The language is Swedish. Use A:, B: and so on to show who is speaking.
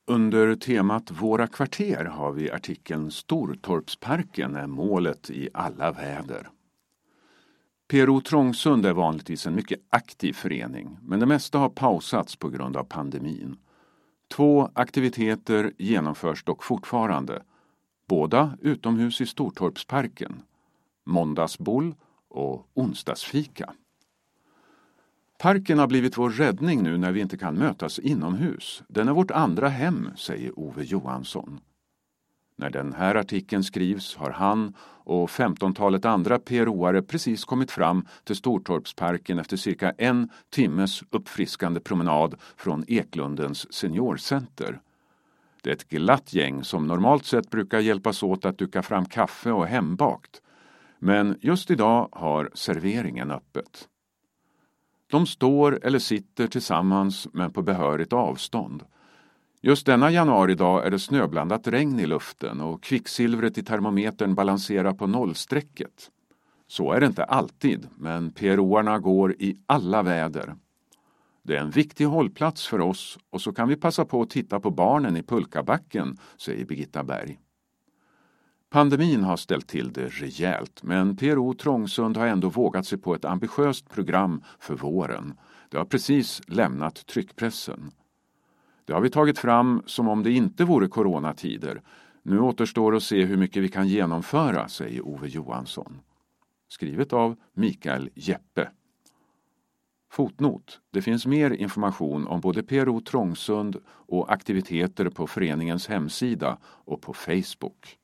A: Under temat Våra kvarter har vi artikeln Stortorpsparken är målet i alla väder. PRO Trångsund är vanligtvis en mycket aktiv förening, men det mesta har pausats på grund av pandemin. 2 aktiviteter genomförs dock fortfarande, båda utomhus i Stortorpsparken, måndagsboll och onsdagsfika. Parken har blivit vår räddning nu när vi inte kan mötas inomhus. Den är vårt andra hem, säger Ove Johansson. När den här artikeln skrivs har han och 15-talet andra PRO-are precis kommit fram till Stortorpsparken efter cirka 1 timmes uppfriskande promenad från Eklundens seniorcenter. Det är ett glatt gäng som normalt sett brukar hjälpas åt att duka fram kaffe och hembakt. Men just idag har serveringen öppet. De står eller sitter tillsammans men på behörigt avstånd. Just denna januaridag är det snöblandat regn i luften och kvicksilvret i termometern balanserar på nollstrecket. Så är det inte alltid, men PRO-arna går i alla väder. Det är en viktig hållplats för oss och så kan vi passa på att titta på barnen i pulkabacken, säger Birgitta Berg. Pandemin har ställt till det rejält, men PRO Trångsund har ändå vågat sig på ett ambitiöst program för våren. Det har precis lämnat tryckpressen. Det har vi tagit fram som om det inte vore coronatider. Nu återstår att se hur mycket vi kan genomföra, säger Ove Johansson. Skrivet av Mikael Jeppe. Fotnot. Det finns mer information om både PRO Trångsund och aktiviteter på föreningens hemsida och på Facebook.